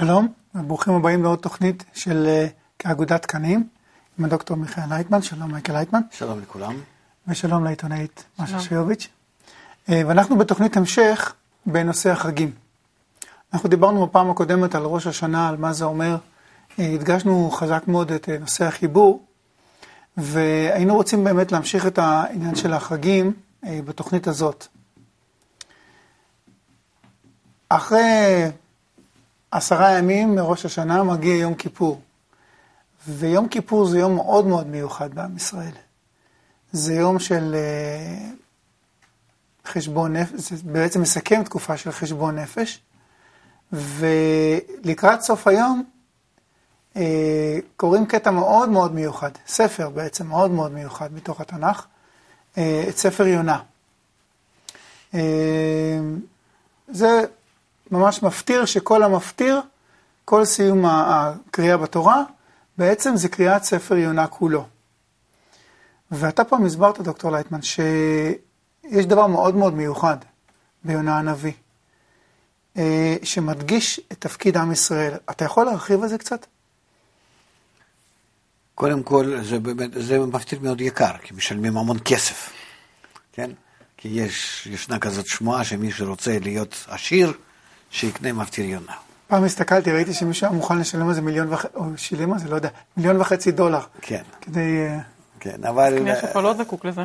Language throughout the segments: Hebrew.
שלום, וברוכים הבאים לעוד תוכנית של כאגודת תקנים, עם הדוקטור מיכאל לייטמן. שלום מייקל לייטמן. שלום לכולם. ושלום לעיתונאית משה שיוביץ'. ואנחנו בתוכנית המשך בנושא החגים. אנחנו דיברנו בפעם הקודמת על ראש השנה, על מה זה אומר. הדגשנו חזק מאוד את נושא החיבור, והיינו רוצים באמת להמשיך את העניין של החגים בתוכנית הזאת. אחרי 10 ימים מראש השנה מגיע יום כיפור, ויום כיפור זה יום מאוד מאוד מיוחד בעם ישראל. זה יום של חשבון נפש, זה בעצם מסכם תקופה של חשבון נפש, ולקראת סוף היום קוראים קטע מאוד מאוד מיוחד, ספר בעצם מאוד מאוד מיוחד מתוך התנ"ך, את ספר יונה. זה ממש מפתיר שכל המפתיר, כל סיום הקריאה בתורה, בעצם זה קריאת ספר יונה כולו. ואתה פעם הסברת, דוקטור לייטמן, שיש דבר מאוד מאוד מיוחד ביונה הנביא, שמדגיש את תפקיד עם ישראל. אתה יכול להרחיב על זה קצת? קודם כל, זה מפתיר מאוד יקר, כי משלמים המון כסף, כן? כי ישנה כזאת שמועה שמי שרוצה להיות עשיר, שיקנה מפתיר יונה. פעם הסתכלתי, ראיתי שמישהו היה מוכן לשלם על זה או שילם על זה, לא יודע, $1.5 מיליון. כן. כדי... כן, אבל... כנראה שפה לא זקוק לזה.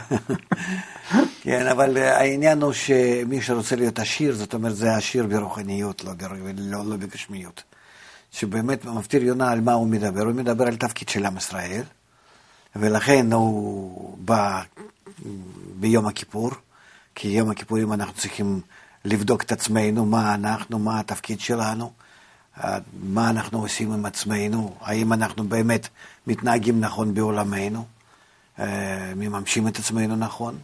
כן, אבל העניין הוא שמי שרוצה להיות עשיר, זאת אומרת, זה עשיר ברוחניות, לא בגשמיות. שבאמת מפתיר יונה על מה הוא מדבר? הוא מדבר על תפקיד של עם ישראל, ולכן הוא בא ביום הכיפור, כי יום הכיפורים אנחנו צריכים לבדוק את עצמנו, מה התפקיד שלנו, מה אנחנו עושים עם עצמנו, האם אנחנו באמת מתנהגים נכון בעולמנו, מממשים את עצמנו נכון.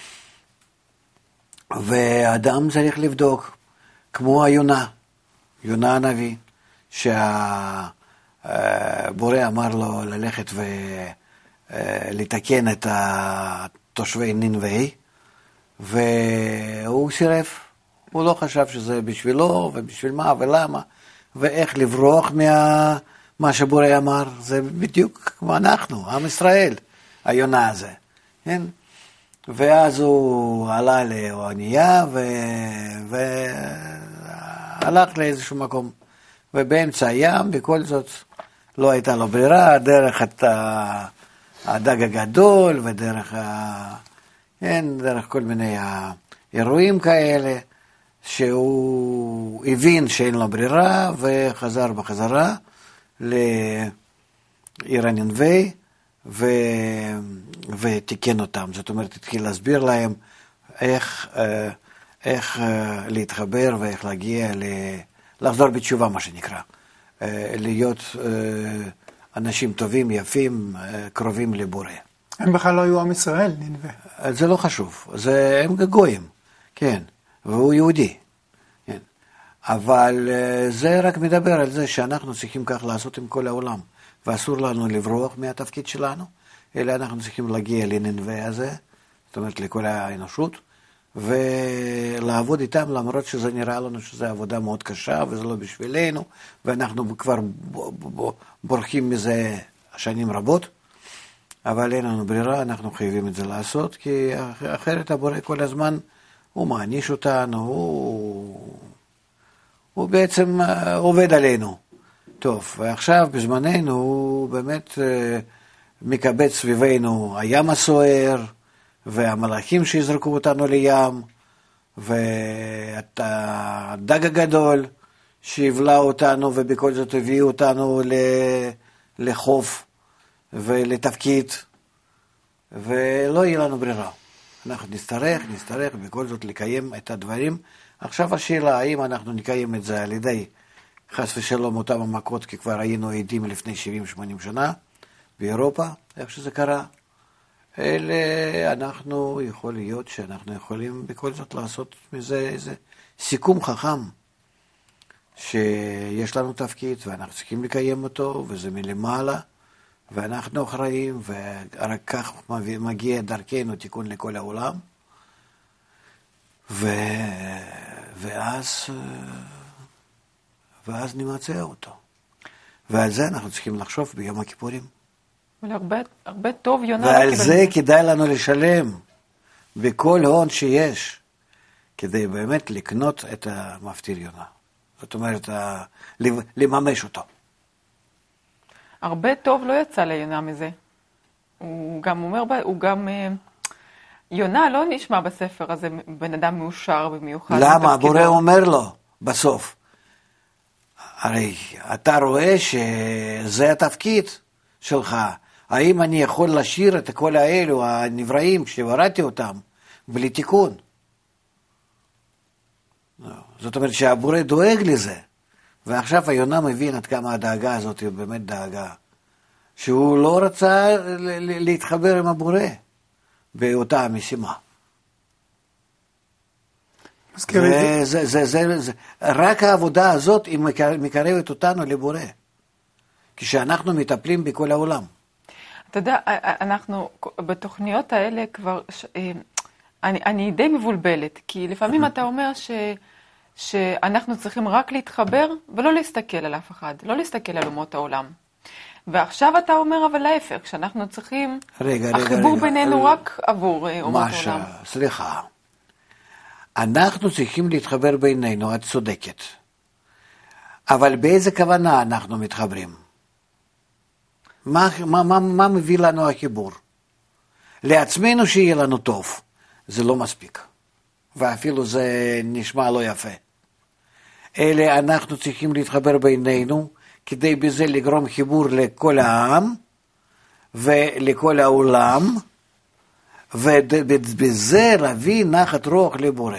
ואדם צריך לבדוק, כמו יונה הנביא, שהבורא אמר לו ללכת ולתקן את תושבי נינווה, והוא סירב. הוא לא חשב שזה בשבילו, ובשביל מה ולמה, ואיך לברוח מה שבורא אמר. זה בדיוק כמו אנחנו, עם ישראל, היונה הזה. כן? ואז הוא עלה לאונייה, והלך לאיזשהו מקום. ובאמצע הים, בכל זאת, לא הייתה לו ברירה, דרך הדג הגדול, ודרך דרך כל מיני אירועים כאלה, שהוא הבין שאין לו ברירה, וחזר בחזרה לעיר נינווה, ותיקן אותם. זאת אומרת, התחיל להסביר להם איך להתחבר, ואיך להגיע לחזור בתשובה, מה שנקרא. להיות אנשים טובים, יפים, קרובים לבורא. הם בכלל לא היו עם ישראל, נינווה. זה לא חשוב. הם גויים, כן. והוא יהודי. כן. אבל זה רק מדבר על זה שאנחנו צריכים כך לעשות עם כל העולם. ואסור לנו לברוח מהתפקיד שלנו, אלא אנחנו צריכים להגיע לנינווה הזה, זאת אומרת לכל האנושות, ולעבוד איתם, למרות שזה נראה לנו שזו עבודה מאוד קשה, וזה לא בשבילנו, ואנחנו כבר בורחים מזה שנים רבות, אבל אין לנו ברירה, אנחנו חייבים את זה לעשות, כי אחרת הבורא כל הזמן, הוא מעניש אותנו, הוא בעצם עובד עלינו. טוב, ועכשיו בזמננו הוא באמת מקבץ סביבנו הים הסוער, והמלאכים שיזרקו אותנו לים, והדג הגדול שיבלע אותנו, ובכל זאת הביאו אותנו לחוף ולתפקיד, ולא יהיה לנו ברירה. אנחנו נצטרך בכל זאת לקיים את הדברים. עכשיו השאלה, האם אנחנו נקיים את זה על ידי חס ושלום אותם המכות, כי כבר היינו עדים לפני 70-80 שנה באירופה, איך שזה קרה. אלה אנחנו יכול להיות שאנחנו יכולים בכל זאת לעשות מזה איזה סיכום חכם, שיש לנו תפקיד ואנחנו צריכים לקיים אותו, וזה מלמעלה, ואנחנו אחראים, ורק כך מגיע דרכנו תיקון לכל העולם, ואז ואז נמצא אותו. ועל זה אנחנו צריכים לחשוב ביום הכיפורים. הרבה טוב יונה. ועל זה כדאי לנו לשלם בכל הון שיש, כדי באמת לקנות את המפטיר יונה. זאת אומרת, לממש אותו. הרבה טוב לא יצא ליונה מזה. הוא גם יונה לא נשמע בספר הזה בן אדם מאושר במיוחד. למה? הבורא אומר לו בסוף. הרי אתה רואה שזה התפקיד שלך. האם אני יכול לשיר את כל האלו הנבראים כשבראתי אותם בלי תיקון? זאת אומרת שהבורא דואג לזה. ועכשיו היונה מבין עד כמה הדאגה הזאת היא באמת דאגה. שהוא לא רצה להתחבר עם הבורא באותה המשימה. רק העבודה הזאת היא מקרבת אותנו לבורא. כשאנחנו מטפלים בכל העולם. אתה יודע, אנחנו בתוכניות האלה כבר, אני די מבולבלת, כי לפעמים אתה אומר שאנחנו צריכים רק להתחבר ולא להסתכל על אף אחד, לא להסתכל על אומות העולם. ועכשיו אתה אומר אבל להפך, כשאנחנו צריכים, החיבור בינינו רק עבור אומות העולם. סליחה, אנחנו צריכים להתחבר בינינו, את צודקת. אבל באיזה כוונה אנחנו מתחברים? מה מביא לנו החיבור? לעצמנו שיהיה לנו טוב, זה לא מספיק. ואפילו זה נשמע לא יפה. אלא אנחנו צריכים להתחבר בינינו, כדי בזה לגרום חיבור לכל העם, ולכל העולם, ובזה להביא נחת רוח לבורא.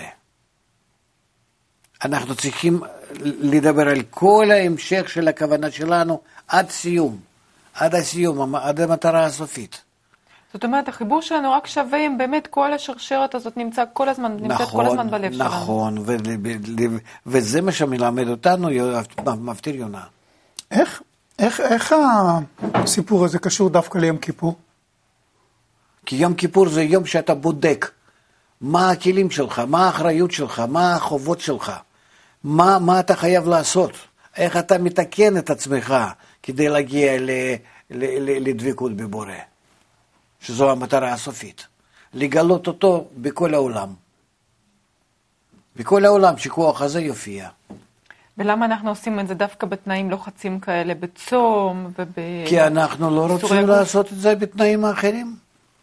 אנחנו צריכים לדבר על כל ההמשך של הכוונה שלנו, עד סיום, עד המטרה הסופית. זאת אומרת, החיבור שלנו רק שווה אם באמת כל השרשרת הזאת נמצאת כל הזמן בלב שלנו. נכון, וזה מה שמלמד אותנו, מפטיר יונה. איך הסיפור הזה קשור דווקא ליום כיפור? כי יום כיפור זה יום שאתה בודק מה הכלים שלך, מה האחריות שלך, מה החובות שלך, מה אתה חייב לעשות, איך אתה מתקן את עצמך כדי להגיע לדבקות בבורא. שזו המטרה הסופית, לגלות אותו בכל העולם. בכל העולם שכוח הזה יופיע. ולמה אנחנו עושים את זה דווקא בתנאים לוחצים כאלה, בצום כי אנחנו לא רוצים לעשות את זה בתנאים האחרים.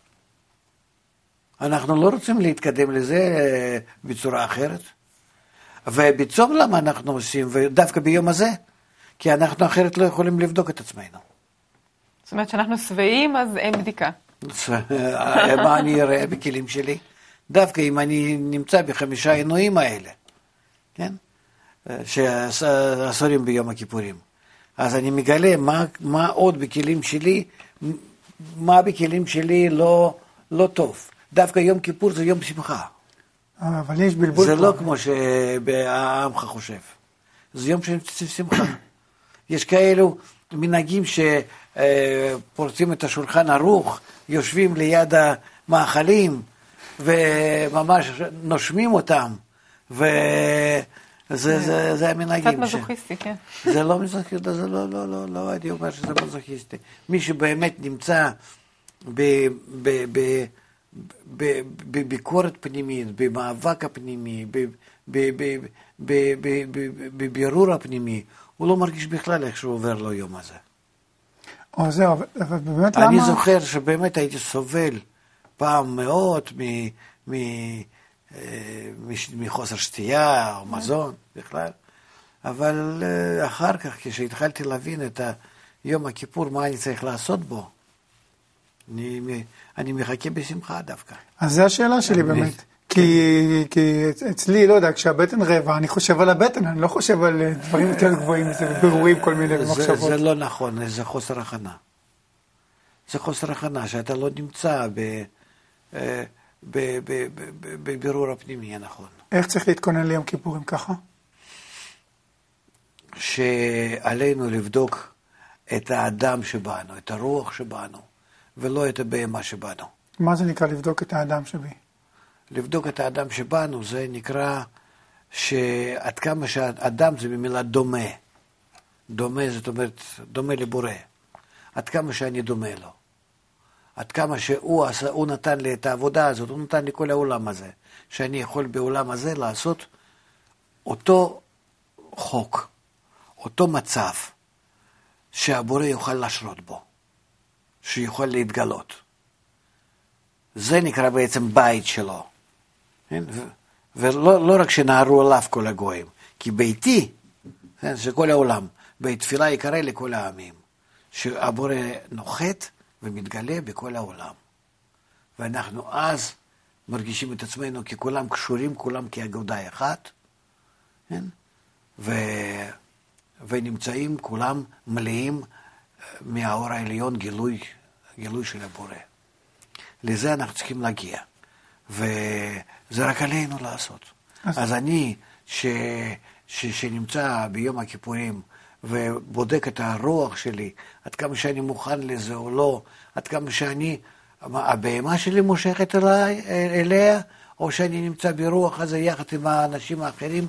אנחנו לא רוצים להתקדם לזה בצורה אחרת. ובצום למה אנחנו עושים, ודווקא ביום הזה? כי אנחנו אחרת לא יכולים לבדוק את עצמנו. זאת אומרת שאנחנו שבעים, אז אין בדיקה. מה אני אראה בכלים שלי? דווקא אם אני נמצא ב5 עינויים האלה, כן? שאסורים ביום הכיפורים. אז אני מגלה מה עוד בכלים שלי, מה בכלים שלי לא טוב. דווקא יום כיפור זה יום שמחה. אבל יש בלבול. זה לא כמו שהעמך חושב. זה יום של שמחה. יש כאלו מנהגים שפורצים את השולחן ערוך, יושבים ליד המאכלים, וממש נושמים אותם, זה המנהגים. קצת מזוכיסטי, כן. זה לא מזוכיסטי, זה לא, אני אומר שזה מזוכיסטי. מי שבאמת נמצא בביקורת פנימית, במאבק הפנימי, בבירור הפנימי, הוא לא מרגיש בכלל איך שהוא עובר לו יום הזה. זהו, אבל באמת למה? אני זוכר שבאמת הייתי סובל פעם מאוד מחוסר שתייה או מזון בכלל, אבל אחר כך כשהתחלתי להבין את יום הכיפור, מה אני צריך לעשות בו, אני מחכה בשמחה דווקא. אז זו השאלה שלי באמת. כי אצלי, לא יודע, כשהבטן רעבה, אני חושב על הבטן, אני לא חושב על דברים יותר גבוהים, ברורים כל מיני במחשבות. זה לא נכון, זה חוסר הכנה. זה חוסר הכנה, שאתה לא נמצא בבירור הפנימי הנכון. איך צריך להתכונן ליום כיפורים ככה? שעלינו לבדוק את האדם שבנו, את הרוח שבנו, ולא את הבהמה שבנו. מה זה נקרא לבדוק את האדם שבי? לבדוק את האדם שבנו, זה נקרא שעד כמה שהאדם זה במילה דומה. דומה, זאת אומרת, דומה לבורא. עד כמה שאני דומה לו. עד כמה שהוא נתן לי את העבודה הזאת, הוא נתן לי כל העולם הזה, שאני יכול בעולם הזה לעשות אותו חוק, אותו מצב, שהבורא יוכל לשרות בו, שיוכל להתגלות. זה נקרא בעצם בית שלו. ולא רק שנערו עליו כל הגויים, כי ביתי, שכל העולם, בית תפילה יקרא לכל העמים, שהבורא נוחת ומתגלה בכל העולם. ואנחנו אז מרגישים את עצמנו ככולם קשורים, כולם כאגודה אחת, ונמצאים כולם מלאים מהאור העליון גילוי של הבורא. לזה אנחנו צריכים להגיע. וזה רק עלינו לעשות. אז אני, שנמצא ביום הכיפורים, ובודק את הרוח שלי, עד כמה שאני מוכן לזה או לא, עד כמה שאני, הבהמה שלי מושכת אליה, או שאני נמצא ברוח הזה יחד עם האנשים האחרים,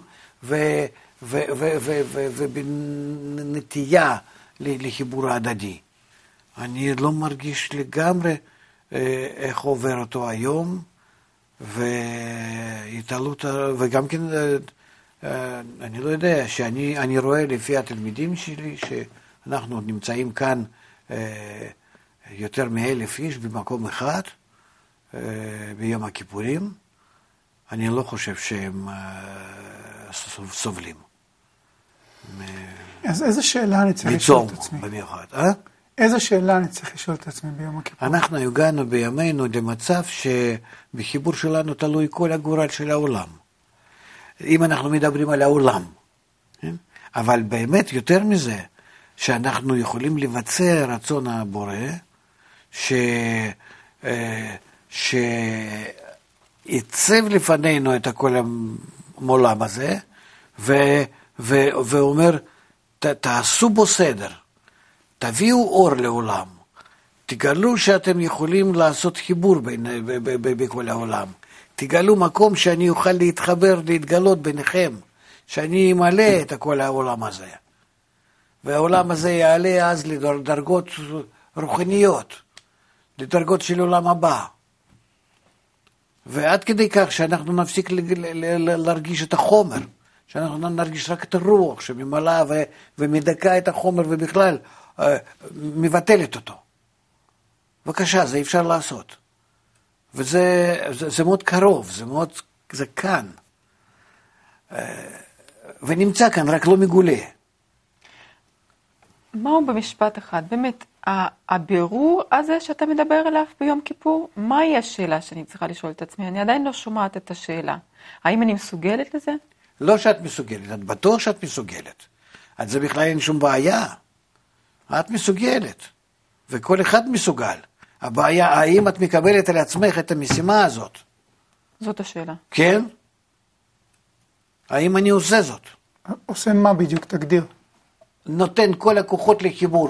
ובנטייה לחיבור ההדדי. אני לא מרגיש לגמרי איך עובר אותו היום, והתעלות, וגם כן, אני לא יודע, שאני רואה לפי התלמידים שלי, שאנחנו נמצאים כאן יותר מ1,000 איש במקום אחד, ביום הכיפורים, אני לא חושב שהם סובלים. אז איזה שאלה אני צריך לשאול את עצמי? במיוחד, איזה שאלה אני צריך לשאול את עצמי ביום הכיפורים? אנחנו הגענו בימינו למצב שבחיבור שלנו תלוי כל הגורל של העולם. אם אנחנו מדברים על העולם. אבל באמת יותר מזה, שאנחנו יכולים לבצע רצון הבורא, שיצב לפנינו את כל העולם הזה, ואומר, תעשו בו סדר. תביאו אור לעולם, תגלו שאתם יכולים לעשות חיבור בכל העולם, תגלו מקום שאני אוכל להתחבר, להתגלות ביניכם, שאני אמלא את כל העולם הזה, והעולם הזה יעלה אז לדרגות רוחניות, לדרגות של עולם הבא, ועד כדי כך שאנחנו נפסיק להרגיש את החומר, שאנחנו נרגיש רק את הרוח שממלאה ומדכא את החומר ובכלל מבטלת אותו. בבקשה, זה אפשר לעשות. וזה מאוד קרוב, זה כאן. ונמצא כאן, רק לא מגולה. מהו במשפט אחד? באמת, הבירור הזה שאתה מדבר עליו ביום כיפור, מהי השאלה שאני צריכה לשאול את עצמי? אני עדיין לא שומעת את השאלה. האם אני מסוגלת לזה? לא שאת מסוגלת, את בטוח שאת מסוגלת. אז זה בכלל אין שום בעיה. את מסוגלת, וכל אחד מסוגל. הבעיה, האם את מקבלת על עצמך את המשימה הזאת? זאת השאלה. כן? האם אני עושה זאת? עושה מה בדיוק? תגדיר. נותן כל הכוחות לחיבור.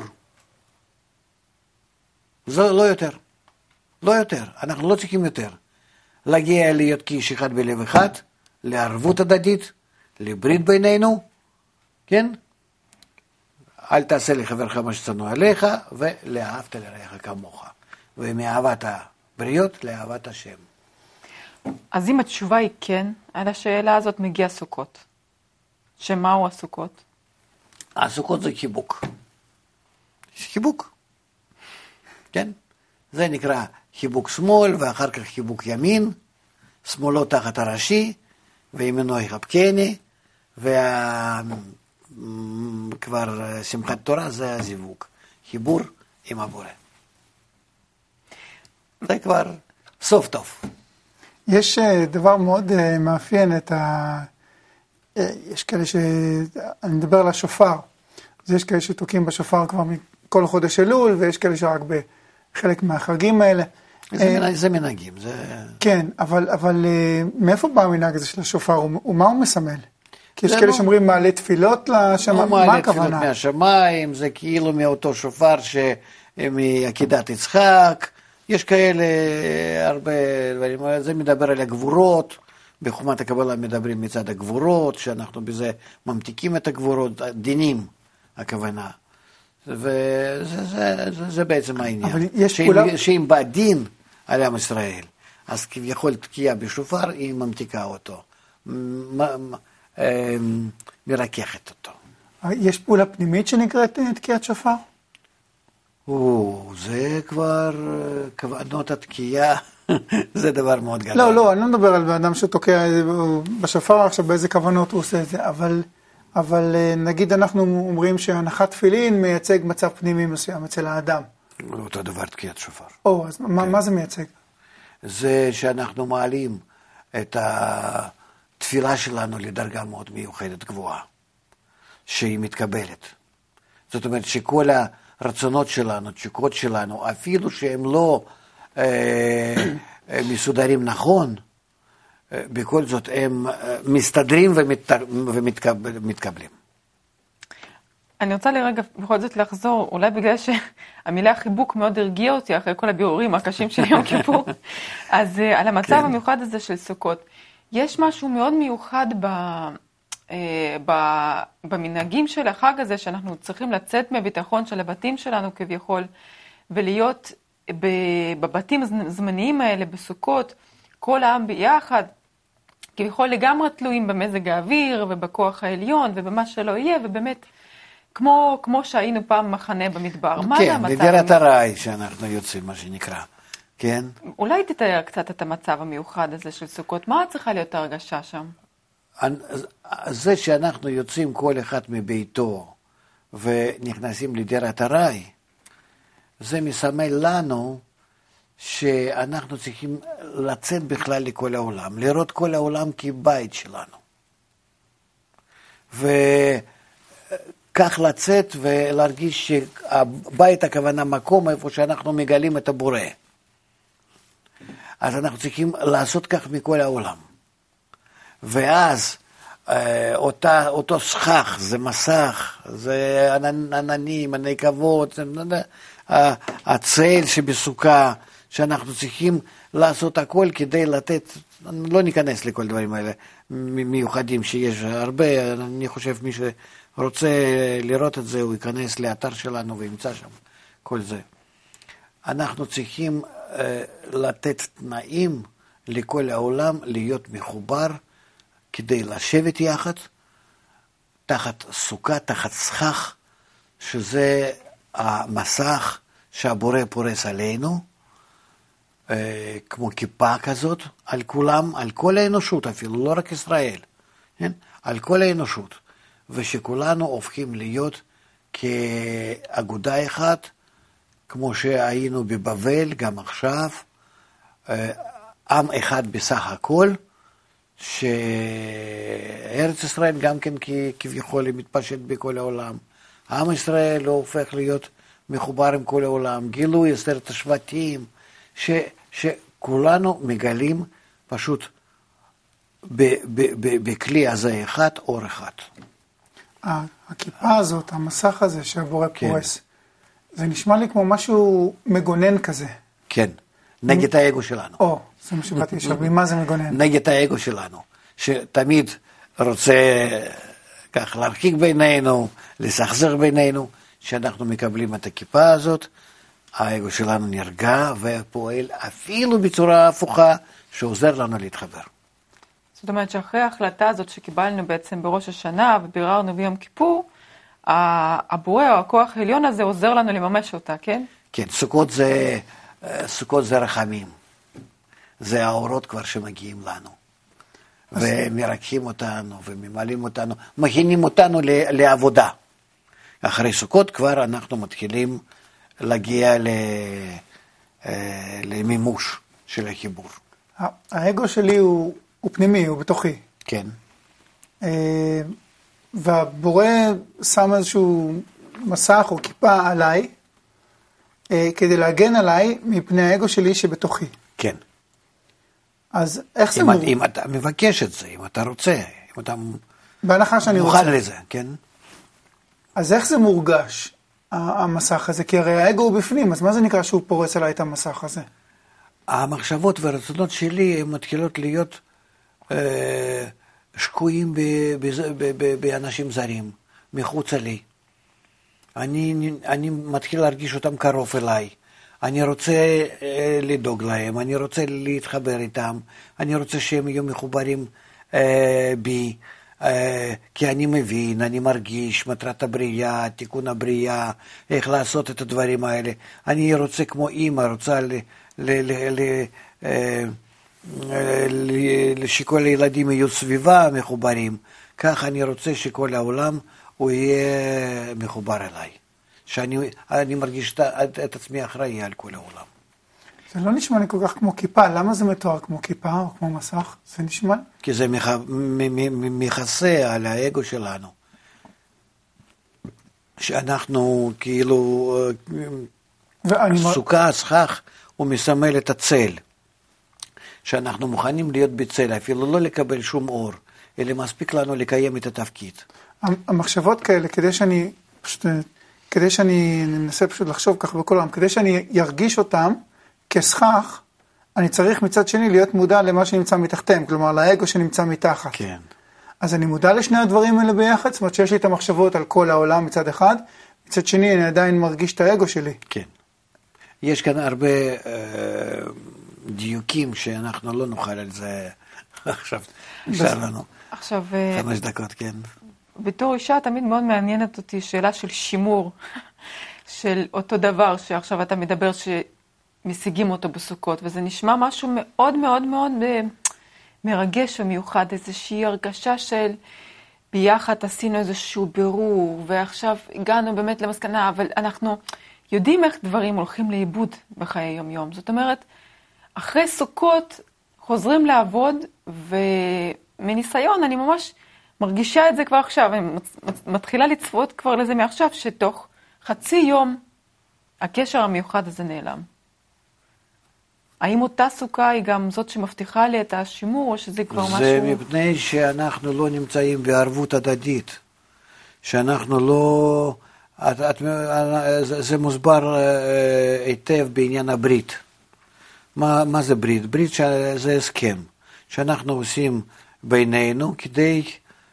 זה לא יותר. לא יותר. אנחנו לא צריכים יותר. להגיע להיות כאיש אחד בלב אחד, לערבות הדדית, לברית בינינו, כן? אל תעשה לחברך מה ששנוא עליך, ולאהבת לרעך כמוך. ומאהבת הבריות לאהבת השם. אז אם התשובה היא כן, על השאלה הזאת מגיע סוכות. שמהו הסוכות? הסוכות זה חיבוק. חיבוק. כן? זה נקרא חיבוק שמאל, ואחר כך חיבוק ימין, שמאלו תחת הראשי, וימינו יחבקני, כבר שמחת תורה זה הזיווג. חיבור עם הבורא. זה כבר סוף טוב. יש דבר מאוד מאפיין יש כאלה אני מדבר על השופר. אז יש כאלה שתוקעים בשופר כבר מכל חודש אלול, ויש כאלה שרק בחלק מהחגים האלה. זה מנהגים. כן, אבל מאיפה בא המנהג הזה של השופר? ומה הוא מסמל? כי יש כאלה שאומרים מעלה תפילות לשמיים, מה הכוונה? מעלה תפילות מהשמיים, זה כאילו מאותו שופר מעקידת יצחק, יש כאלה הרבה דברים, זה מדבר על הגבורות, בחומת הקבלה מדברים מצד הגבורות, שאנחנו בזה ממתיקים את הגבורות, דינים, הכוונה. וזה בעצם העניין. אבל יש כולם... שאם בא דין על עם ישראל, אז כביכול תקיעה בשופר, היא ממתיקה אותו, מרככת אותו. יש פעולה פנימית שנקראת תקיעת שופר? זה כבר כוונות התקיעה, זה דבר מאוד גדול. לא, אני לא מדבר על אדם שתוקע בשופר עכשיו באיזה כוונות הוא עושה את זה, אבל נגיד אנחנו אומרים שהנחת תפילין מייצג מצב פנימי מסוים אצל האדם. אותו דבר תקיעת שופר. אז מה זה מייצג? זה שאנחנו מעלים את התפילה שלנו לדרגה מאוד מיוחדת גבוהה, שהיא מתקבלת. זאת אומרת שכל הרצונות שלנו, תשוקות שלנו, אפילו שהם לא מסודרים נכון, בכל זאת הם מסתדרים ומתקבלים. אני רוצה לרגע בכל זאת לחזור, אולי בגלל שהמילה חיבוק מאוד הרגיעה אותי אחרי כל הבירורים הקשים של יום כיפור, אז על המצב המיוחד הזה של סוכות. יש משהו מאוד מיוחד במנהגים של החג הזה, שאנחנו צריכים לצאת מהביטחון של הבתים שלנו כביכול, ולהיות בבתים זמניים האלה, בסוכות, כל העם ביחד, כביכול לגמרי תלויים במזג האוויר ובכוח העליון ובמה שלא יהיה, ובאמת כמו שהיינו פעם מחנה במדבר. כן, בדירת ארעי שאנחנו יוצאים, מה שנקרא, כן? אולי תתאר קצת את המצב המיוחד הזה של סוכות, מה צריכה להיות הרגשה שם? זה שאנחנו יוצאים כל אחד מביתו ונכנסים לדירת ארעי, זה מסמל לנו שאנחנו צריכים לצאת בכלל לכל העולם, לראות כל העולם כבית שלנו. וכך לצאת ולהרגיש שהבית הכוונה מקום איפה שאנחנו מגלים את הבורא. אז אנחנו צריכים לעשות כך מכל העולם. ואז אותו סכך, זה מסך, זה עננים, הנקבות, הצל שבסוכה, שאנחנו צריכים לעשות הכל כדי לתת, לא ניכנס לכל דברים האלה מיוחדים שיש הרבה, אני חושב מי שרוצה לראות את זה, הוא ייכנס לאתר שלנו וימצא שם כל זה. אנחנו צריכים לתת תנאים לכל העולם להיות מחובר, כדי לשבת יחד, תחת סוכה, תחת סכך, שזה המסך שהבורא פורס עלינו, כמו כיפה כזאת, על כולם, על כל האנושות אפילו, לא רק ישראל, כן? על כל האנושות, ושכולנו הופכים להיות כאגודה אחת, כמו שהיינו בבבל, גם עכשיו, עם אחד בסך הכל, שארץ ישראל גם כן כביכול היא מתפשט בכל העולם. עם ישראל לא הופך להיות מחובר עם כל העולם, גילוי עשרת השבטים, שכולנו מגלים פשוט בכלי הזה אחד, אור אחד. הכיפה הזאת, המסך הזה שהבורא פורס, זה נשמע לי כמו משהו מגונן כזה. כן, נגד האגו שלנו. זה מה שבאתי לשאול, ממה זה מגונן? נגד האגו שלנו, שתמיד רוצה כך להרחיק בינינו, לסכסך בינינו, שאנחנו מקבלים את הכיפה הזאת, האגו שלנו נרגע ופועל אפילו בצורה הפוכה, שעוזר לנו להתחבר. זאת אומרת שאחרי ההחלטה הזאת שקיבלנו בעצם בראש השנה וביררנו ביום כיפור, הבורא או הכוח העליון הזה עוזר לנו לממש אותה, כן? כן, סוכות זה רחמים. זה האורות כבר שמגיעים לנו. ומרקחים אותנו וממלאים אותנו, מכינים אותנו לעבודה. אחרי סוכות כבר אנחנו מתחילים להגיע למימוש של החיבור. האגו שלי הוא פנימי, הוא בתוכי. כן. והבורא שם איזשהו מסך או כיפה עליי, כדי להגן עליי מפני האגו שלי שבתוכי. כן. אז איך זה אם אתה מבקש את זה, אם אתה רוצה, אם אתה בהנחה שאני רוצה. מוכן לזה, כן? אז איך זה מורגש, המסך הזה? כי הרי האגו הוא בפנים, אז מה זה נקרא שהוא פורץ עליי את המסך הזה? המחשבות והרצונות שלי הן מתחילות להיות שקועים באנשים זרים, מחוצה לי. אני מתחיל להרגיש אותם קרוב אליי. אני רוצה לדאוג להם, אני רוצה להתחבר איתם, אני רוצה שהם יהיו מחוברים בי, כי אני מבין, אני מרגיש מטרת הבריאה, תיקון הבריאה, איך לעשות את הדברים האלה. אני רוצה כמו אמא, רוצה שכל הילדים יהיו סביבה מחוברים. כך אני רוצה שכל העולם הוא יהיה מחובר אליי. שאני מרגיש את עצמי אחראי על כל העולם. זה לא נשמע לי כל כך כמו כיפה. למה זה מתואר כמו כיפה או כמו מסך? זה נשמע... כי זה מכסה על האגו שלנו. שאנחנו כאילו... סוכה, סכך, הוא מסמל את הצל. שאנחנו מוכנים להיות בצל, אפילו לא לקבל שום אור, אלא מספיק לנו לקיים את התפקיד. המחשבות כאלה, כדי שאני ננסה פשוט לחשוב כך בכל העולם, כדי שאני ירגיש אותם כסכך, אני צריך מצד שני להיות מודע למה שנמצא מתחתיהם, כלומר לאגו שנמצא מתחת. כן. אז אני מודע לשני הדברים האלה ביחד, זאת אומרת שיש לי את המחשבות על כל העולם מצד אחד, מצד שני אני עדיין מרגיש את האגו שלי. כן. יש כאן הרבה דיוקים שאנחנו לא נוכל על זה עכשיו. עכשיו 5 דקות, כן. בתור אישה תמיד מאוד מעניינת אותי שאלה של שימור, של אותו דבר שעכשיו אתה מדבר שמשיגים אותו בסוכות, וזה נשמע משהו מאוד מאוד מאוד מרגש ומיוחד, איזושהי הרגשה של ביחד עשינו איזשהו בירור, ועכשיו הגענו באמת למסקנה, אבל אנחנו יודעים איך דברים הולכים לאיבוד בחיי יום-יום. זאת אומרת, אחרי סוכות חוזרים לעבוד, ומניסיון אני ממש מרגישה את זה כבר עכשיו, אני מתחילה לצפות כבר לזה מעכשיו, שתוך חצי יום הקשר המיוחד הזה נעלם. האם אותה סוכה היא גם זאת שמבטיחה לי את השימור, או שזה כבר משהו... זה מפני שאנחנו לא נמצאים בערבות הדדית, שאנחנו לא... זה מוסבר היטב בעניין הברית. מה זה ברית? ברית זה הסכם, שאנחנו עושים בינינו כדי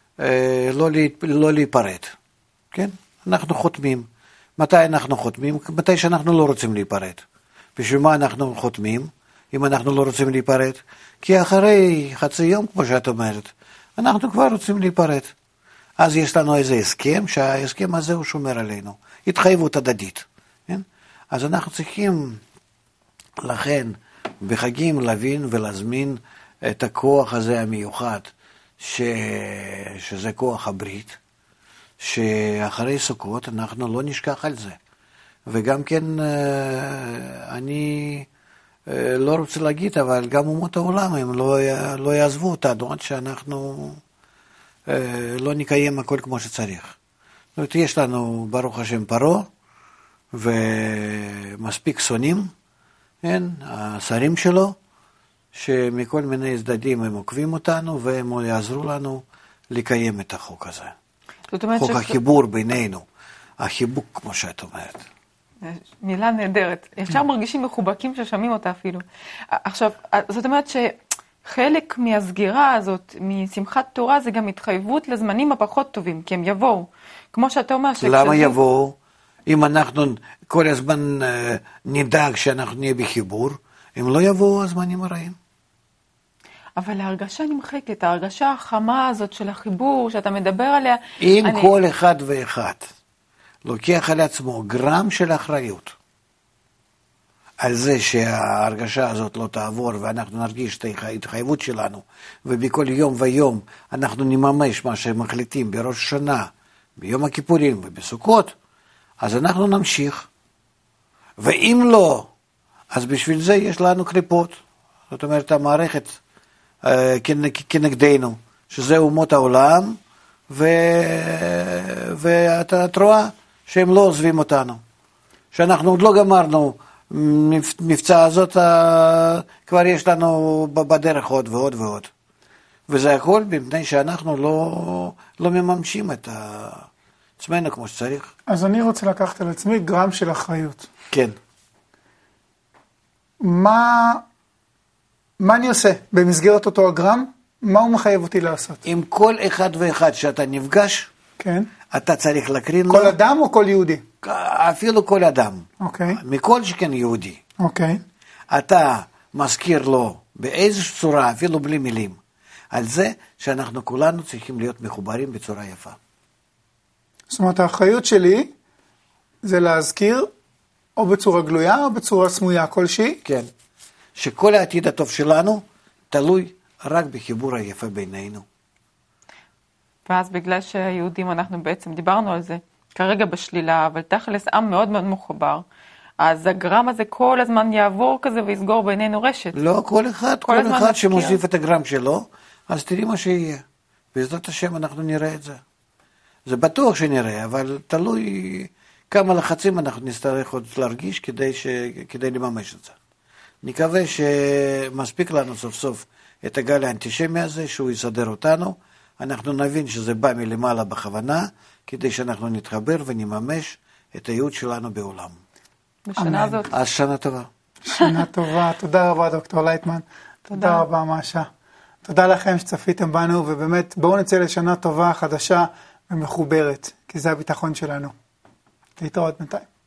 לא להיפרד. כן? אנחנו חותמים. מתי אנחנו חותמים? מתי שאנחנו לא רוצים להיפרד. בשביל מה אנחנו חותמים, אם אנחנו לא רוצים להיפרד? כי אחרי חצי יום, כמו שאת אומרת, אנחנו כבר רוצים להיפרד. אז יש לנו איזה הסכם, שההסכם הזה הוא שומר עלינו. התחייבות הדדית. כן? אז אנחנו צריכים, לכן, בחגים להבין ולהזמין את הכוח הזה המיוחד, שזה כוח הברית, שאחרי סוכות אנחנו לא נשכח על זה. וגם כן, אני לא רוצה להגיד, אבל גם אומות העולם הם לא יעזבו אותנו עד שאנחנו לא נקיים הכל כמו שצריך. זאת אומרת, יש לנו ברוך השם פרעה, ומספיק שונאים, כן, השרים שלו, שמכל מיני צדדים הם עוקבים אותנו, והם יעזרו לנו לקיים את החוק הזה. זאת אומרת חוק החיבור בינינו, החיבוק כמו שאת אומרת. מילה נהדרת. ישר מרגישים מחובקים ששמים אותה אפילו. עכשיו, זאת אומרת שחלק מהסגירה הזאת, משמחת תורה, זה גם התחייבות לזמנים הפחות טובים, כי הם יבואו. כמו שאתה אומר למה יבואו? אם אנחנו כל הזמן נדאג שאנחנו נהיה בחיבור, הם לא יבואו הזמנים הרעים. אבל ההרגשה נמחקת, ההרגשה החמה הזאת של החיבור, שאתה מדבר עליה... אם כל אחד ואחד לוקח על עצמו גרם של אחריות, על זה שההרגשה הזאת לא תעבור, ואנחנו נרגיש את ההתחייבות שלנו, ובכל יום ויום אנחנו נממש מה שמחליטים בראש השנה, ביום הכיפורים ובסוכות, אז אנחנו נמשיך. ואם לא, אז בשביל זה יש לנו קליפות. זאת אומרת, המערכת כנגדנו, שזה אומות העולם, ואתה רואה שהם לא עוזבים אותנו. שאנחנו עוד לא גמרנו מבצע הזאת, כבר יש לנו בדרך עוד ועוד ועוד. וזה הכל מפני שאנחנו לא מממשים את עצמנו כמו שצריך. אז אני רוצה לקחת על עצמי גרם של אחריות. כן. מה אני עושה במסגרת אותו הגרם? מה הוא מחייב אותי לעשות? עם כל אחד ואחד שאתה נפגש, כן. אתה צריך להקרין לו... כל אדם או כל יהודי? אפילו כל אדם. אוקיי. מכל שכן יהודי. אוקיי. אתה מזכיר לו באיזושהי צורה, אפילו בלי מילים, על זה שאנחנו כולנו צריכים להיות מחוברים בצורה יפה. זאת אומרת, האחריות שלי זה להזכיר או בצורה גלויה או בצורה סמויה כלשהי. כן. שכל העתיד הטוב שלנו תלוי רק בחיבור היפה בינינו. ואז בגלל שהיהודים, אנחנו בעצם דיברנו על זה, כרגע בשלילה, אבל תכלס עם מאוד מאוד מחובר, אז הגרם הזה כל הזמן יעבור כזה ויסגור בינינו רשת. לא, כל אחד שמוסיף את הגרם שלו, אז תראי מה שיהיה. בעזרת השם אנחנו נראה את זה. זה בטוח שנראה, אבל תלוי כמה לחצים אנחנו נצטרך עוד להרגיש כדי לממש את זה. נקווה שמספיק לנו סוף סוף את הגל האנטישמי הזה, שהוא יסדר אותנו. אנחנו נבין שזה בא מלמעלה בכוונה, כדי שאנחנו נתחבר ונממש את הייעוד שלנו בעולם. בשנה הזאת. אז שנה טובה. שנה טובה. תודה רבה, דוקטור לייטמן. תודה רבה, משה. תודה לכם שצפיתם בנו, ובאמת בואו נצא לשנה טובה, חדשה ומחוברת, כי זה הביטחון שלנו. להתראות בינתיים.